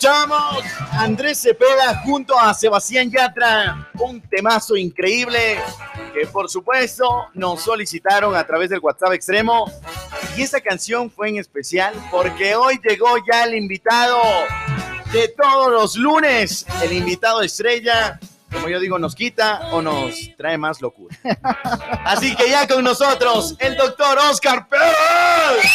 escuchamos Andrés Cepeda junto a Sebastián Yatra, un temazo increíble que por supuesto nos solicitaron a través del WhatsApp Extremo. Y esta canción fue en especial porque hoy llegó ya el invitado de todos los lunes, el invitado estrella. Como yo digo, nos quita o nos trae más locura. Así que ya con nosotros, el doctor Oscar Pérez.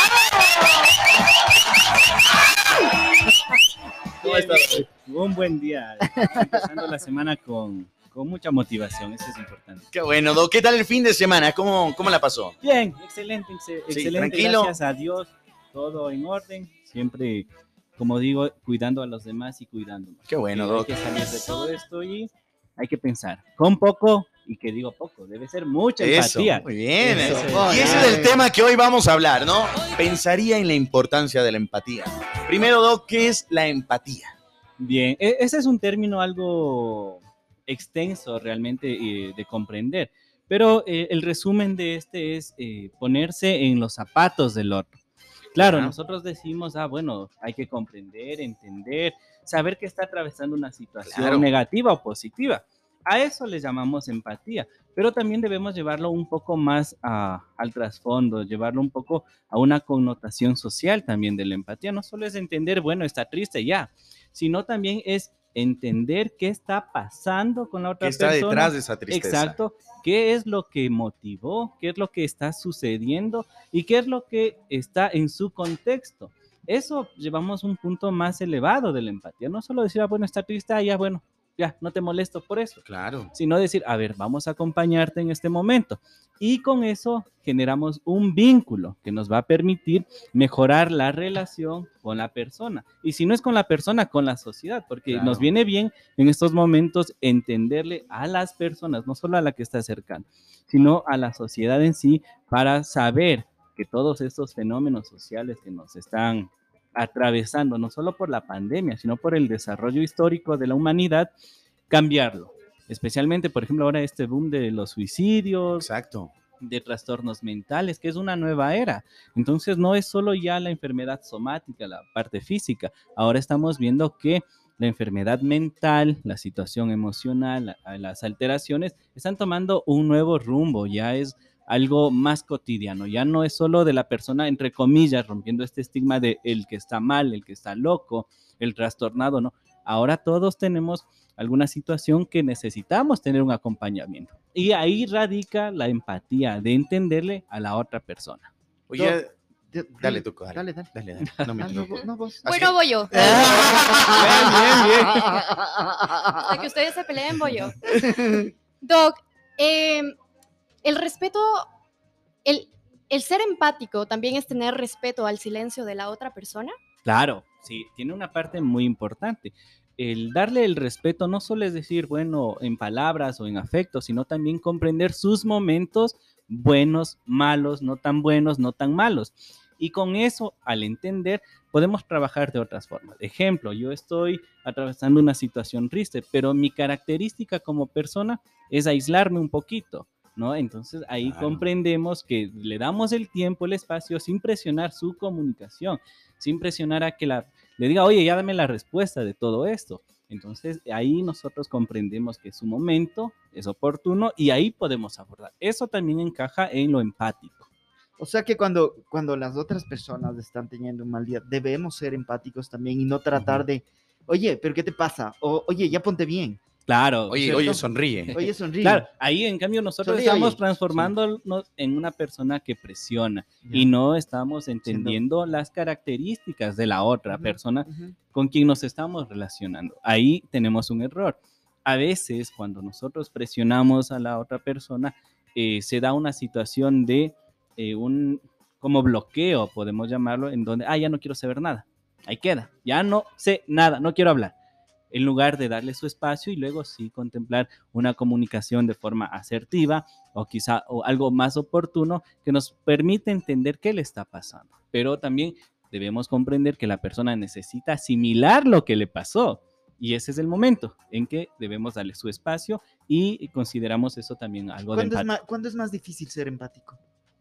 ¿Cómo estás? Un buen día. Empezando la semana con mucha motivación, eso es importante. Qué bueno, Doc. ¿Qué tal el fin de semana? ¿Cómo la pasó? Bien, excelente, excelente. Tranquilo. Gracias a Dios, todo en orden. Siempre, como digo, cuidando a los demás y cuidándonos. Qué bueno, Doc. Hay que salir de todo esto y hay que pensar con poco, y que digo poco, debe ser mucha empatía. Muy bien. Eso. Y ese es el tema que hoy vamos a hablar, ¿no? Pensaría en la importancia de la empatía. Primero, Doc, ¿qué es la empatía? Bien, ese es un término algo extenso realmente de comprender, pero el resumen de este es ponerse en los zapatos del otro. Claro, nosotros decimos, bueno, hay que comprender, entender, saber que está atravesando una situación negativa o positiva. A eso le llamamos empatía, pero también debemos llevarlo un poco más al trasfondo, llevarlo un poco a una connotación social también de la empatía. No solo es entender, bueno, está triste ya, sino también es entender qué está pasando con la otra persona. ¿Qué está detrás de esa tristeza? Exacto. ¿Qué es lo que motivó? ¿Qué es lo que está sucediendo? ¿Y qué es lo que está en su contexto? Eso llevamos un punto más elevado de la empatía. No solo decir, bueno, está triste, ya, bueno, ya, no te molesto por eso. Claro. Sino decir, a ver, vamos a acompañarte en este momento. Y con eso generamos un vínculo que nos va a permitir mejorar la relación con la persona. Y si no es con la persona, con la sociedad, porque nos viene bien en estos momentos entenderle a las personas, no solo a la que está cercana, sino a la sociedad en sí, para saber que todos estos fenómenos sociales que nos están atravesando, no solo por la pandemia, sino por el desarrollo histórico de la humanidad, cambiarlo. Especialmente, por ejemplo, ahora este boom de los suicidios, exacto, de trastornos mentales, que es una nueva era. Entonces, no es solo ya la enfermedad somática, la parte física. Ahora estamos viendo que la enfermedad mental, la situación emocional, las alteraciones, están tomando un nuevo rumbo. Ya es algo más cotidiano, ya no es solo de la persona, entre comillas, rompiendo este estigma de el que está mal, el que está loco, el trastornado, ¿no? Ahora todos tenemos alguna situación que necesitamos tener un acompañamiento. Y ahí radica la empatía, de entenderle a la otra persona. Oye, dale tú, dale. No me no, vos. Bueno, voy yo. Bien. Hasta que ustedes se peleen, voy yo. Doc, el respeto, el ser empático también es tener respeto al silencio de la otra persona. Claro, sí, tiene una parte muy importante. El darle el respeto no solo es decir, bueno, en palabras o en afecto, sino también comprender sus momentos buenos, malos, no tan buenos, no tan malos. Y con eso, al entender, podemos trabajar de otras formas. Ejemplo, yo estoy atravesando una situación triste, pero mi característica como persona es aislarme un poquito, ¿no? Entonces ahí comprendemos que le damos el tiempo, el espacio, sin presionar su comunicación, sin presionar a que le diga, oye, ya dame la respuesta de todo esto. Entonces ahí nosotros comprendemos que su momento es oportuno y ahí podemos abordar. Eso también encaja en lo empático. O sea que cuando las otras personas están teniendo un mal día, debemos ser empáticos también y no tratar de, oye, ¿pero qué te pasa? O, oye, ya ponte bien. Claro. Oye, sonríe. Oye, sonríe. Claro, ahí en cambio nosotros estamos transformándonos en una persona que presiona y no estamos entendiendo las características de la otra persona con quien nos estamos relacionando. Ahí tenemos un error. A veces cuando nosotros presionamos a la otra persona, se da una situación de un como bloqueo, podemos llamarlo, en donde, ya no quiero saber nada. Ahí queda, ya no sé nada, no quiero hablar. En lugar de darle su espacio y luego sí contemplar una comunicación de forma asertiva o quizá algo más oportuno que nos permite entender qué le está pasando. Pero también debemos comprender que la persona necesita asimilar lo que le pasó y ese es el momento en que debemos darle su espacio y consideramos eso también algo de empatía. ¿Cuándo es más difícil ser empático?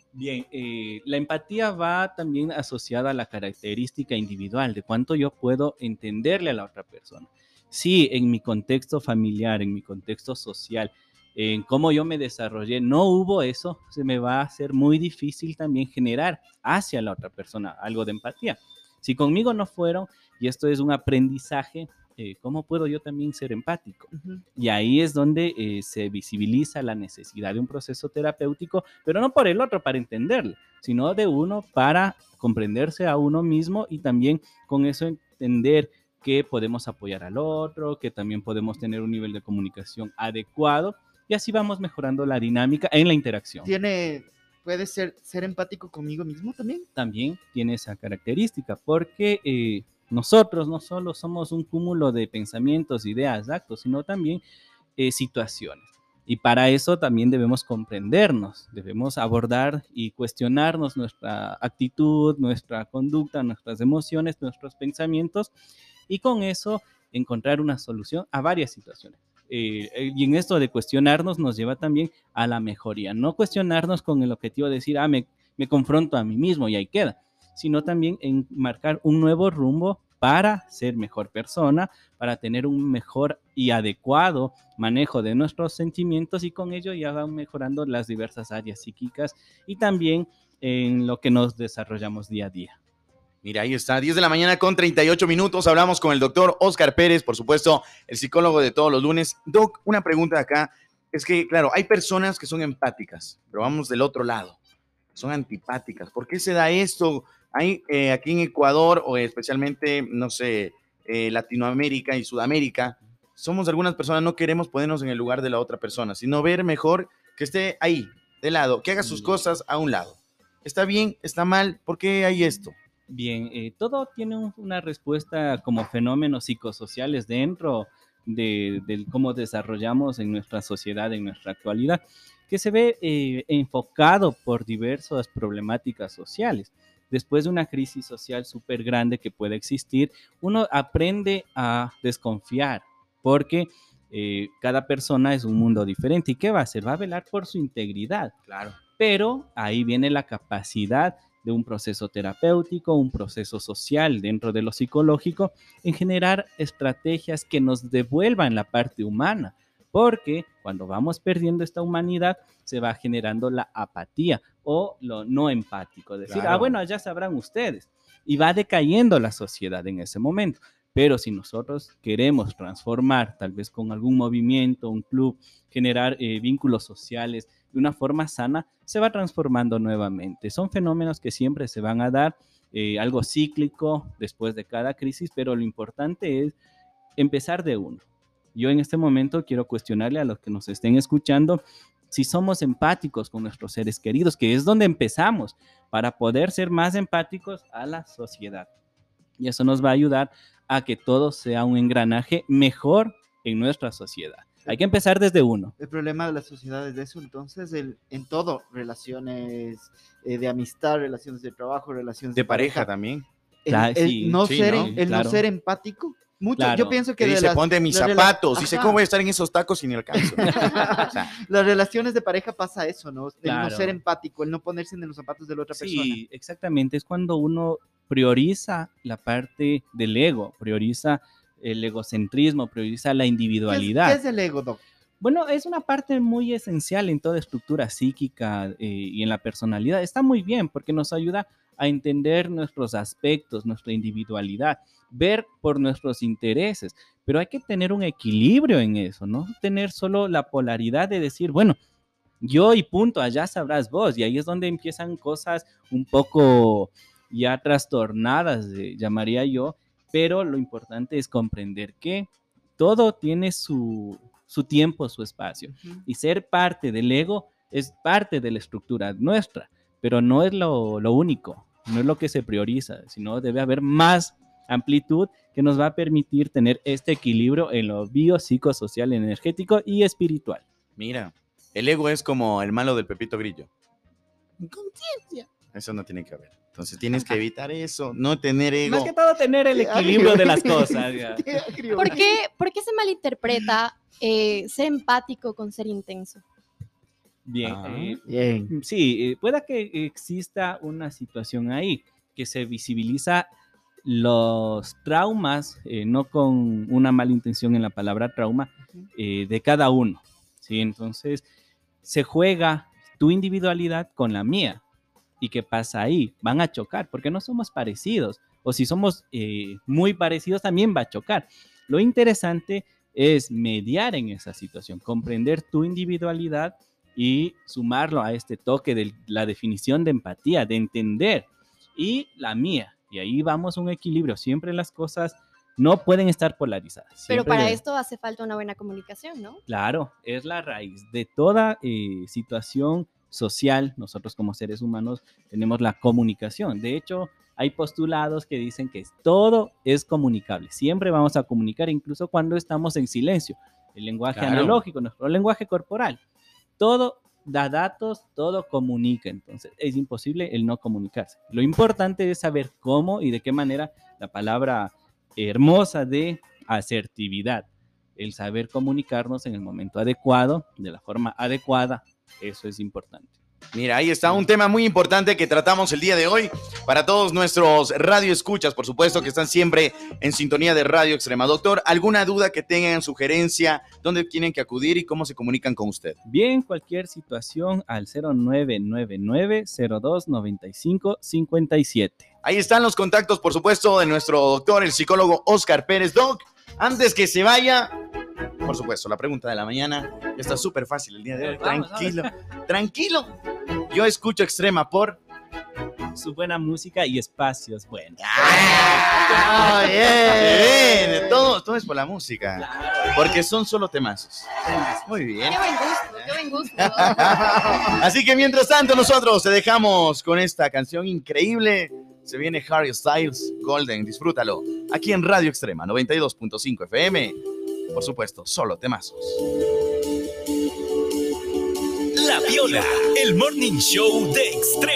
Bien, la empatía va también asociada a la característica individual de cuánto yo puedo entenderle a la otra persona. Si en mi contexto familiar, en mi contexto social, en cómo yo me desarrollé, no hubo eso, se me va a hacer muy difícil también generar hacia la otra persona algo de empatía. Si conmigo no fueron, y esto es un aprendizaje, ¿cómo puedo yo también ser empático? Y ahí es donde se visibiliza la necesidad de un proceso terapéutico, pero no por el otro para entenderlo, sino de uno para comprenderse a uno mismo y también con eso entender que podemos apoyar al otro, que también podemos tener un nivel de comunicación adecuado y así vamos mejorando la dinámica en la interacción. ¿Puede ser empático conmigo mismo también? También tiene esa característica porque nosotros no solo somos un cúmulo de pensamientos, ideas, actos, sino también situaciones. Y para eso también debemos comprendernos, debemos abordar y cuestionarnos nuestra actitud, nuestra conducta, nuestras emociones, nuestros pensamientos y con eso encontrar una solución a varias situaciones. Y en esto de cuestionarnos nos lleva también a la mejoría, no cuestionarnos con el objetivo de decir, me confronto a mí mismo y ahí queda, sino también en marcar un nuevo rumbo para ser mejor persona, para tener un mejor y adecuado manejo de nuestros sentimientos y con ello ya van mejorando las diversas áreas psíquicas y también en lo que nos desarrollamos día a día. Mira, ahí está, 10 de la mañana con 38 minutos. Hablamos con el doctor Oscar Pérez, por supuesto, el psicólogo de todos los lunes. Doc, una pregunta acá. Es que, claro, hay personas que son empáticas, pero vamos del otro lado. Son antipáticas. ¿Por qué se da esto? Hay aquí en Ecuador o especialmente, no sé, Latinoamérica y Sudamérica, somos algunas personas, no queremos ponernos en el lugar de la otra persona, sino ver mejor que esté ahí, de lado, que haga sus cosas a un lado. ¿Está bien? ¿Está mal? ¿Por qué hay esto? Bien, todo tiene una respuesta como fenómenos psicosociales dentro de cómo desarrollamos en nuestra sociedad, en nuestra actualidad, que se ve enfocado por diversas problemáticas sociales. Después de una crisis social súper grande que puede existir, uno aprende a desconfiar porque cada persona es un mundo diferente. ¿Y qué va a hacer? Va a velar por su integridad. Claro. Pero ahí viene la capacidad de un proceso terapéutico, un proceso social dentro de lo psicológico, en generar estrategias que nos devuelvan la parte humana, porque cuando vamos perdiendo esta humanidad se va generando la apatía o lo no empático, decir, Claro. Bueno, ya sabrán ustedes, y va decayendo la sociedad en ese momento. Pero si nosotros queremos transformar, tal vez con algún movimiento, un club, generar vínculos sociales de una forma sana, se va transformando nuevamente. Son fenómenos que siempre se van a dar, algo cíclico después de cada crisis, pero lo importante es empezar de uno. Yo en este momento quiero cuestionarle a los que nos estén escuchando si somos empáticos con nuestros seres queridos, que es donde empezamos para poder ser más empáticos a la sociedad. Y eso nos va a ayudar a que todo sea un engranaje mejor en nuestra sociedad. Hay que empezar desde uno. El problema de la sociedad es eso, entonces, en todo, relaciones de amistad, relaciones de trabajo, relaciones de pareja también. El no ser empático. Mucho, claro. Yo pienso que dice, ponte mis zapatos. Dice, ¿cómo voy a estar en esos tacos y ni alcanzo? O sea, las relaciones de pareja pasa eso, ¿no? El no ser empático, el no ponerse en los zapatos de la otra persona. Sí, exactamente. Es cuando uno prioriza la parte del ego, prioriza el egocentrismo, prioriza la individualidad. ¿Qué es el ego, Doc? Bueno, es una parte muy esencial en toda estructura psíquica y en la personalidad. Está muy bien porque nos ayuda a entender nuestros aspectos, nuestra individualidad, ver por nuestros intereses, pero hay que tener un equilibrio en eso, no tener solo la polaridad de decir, bueno, yo y punto, allá sabrás vos, y ahí es donde empiezan cosas un poco ya trastornadas, llamaría yo, pero lo importante es comprender que todo tiene su tiempo, su espacio, y ser parte del ego es parte de la estructura nuestra, pero no es lo único, no es lo que se prioriza, sino debe haber más amplitud que nos va a permitir tener este equilibrio en lo biopsicosocial, energético y espiritual. Mira, el ego es como el malo del Pepito Grillo. Conciencia. Eso no tiene que haber. Entonces tienes que evitar eso, no tener ego. Más que todo tener el equilibrio de las cosas. ¿Por qué se malinterpreta ser empático con ser intenso? Bien, bien. Sí, pueda que exista una situación ahí que se visibiliza los traumas, no con una mala intención en la palabra trauma, de cada uno, ¿sí? Entonces, se juega tu individualidad con la mía. ¿Y qué pasa ahí? Van a chocar porque no somos parecidos. O si somos muy parecidos, también va a chocar. Lo interesante es mediar en esa situación, comprender tu individualidad y sumarlo a este toque de la definición de empatía, de entender, y la mía. Y ahí vamos a un equilibrio. Siempre las cosas no pueden estar polarizadas. Pero para esto hace falta una buena comunicación, ¿no? Claro, es la raíz de toda situación social. Nosotros como seres humanos tenemos la comunicación. De hecho, hay postulados que dicen que todo es comunicable. Siempre vamos a comunicar, incluso cuando estamos en silencio. El lenguaje analógico, nuestro lenguaje corporal. Todo da datos, todo comunica. Entonces, es imposible el no comunicarse. Lo importante es saber cómo y de qué manera, la palabra hermosa de asertividad, el saber comunicarnos en el momento adecuado, de la forma adecuada, eso es importante. Mira, ahí está un tema muy importante que tratamos el día de hoy para todos nuestros radioescuchas, por supuesto, que están siempre en sintonía de Radio Extrema. Doctor, ¿alguna duda que tengan, sugerencia, dónde tienen que acudir y cómo se comunican con usted? Bien, cualquier situación al 0999-029557. Ahí están los contactos, por supuesto, de nuestro doctor, el psicólogo Oscar Pérez. Doc, antes que se vaya, por supuesto, la pregunta de la mañana está súper fácil el día de hoy. Tranquilo, tranquilo. Yo escucho Extrema por su buena música y espacios buenos. Bien. Todo es por la música, porque son solo temazos. Muy bien. Qué buen gusto. Así que mientras tanto nosotros te dejamos con esta canción increíble. Se viene Harry Styles, Golden, disfrútalo. Aquí en Radio Extrema, 92.5 FM. Por supuesto, solo temazos. La Viola, el morning show de Extrema.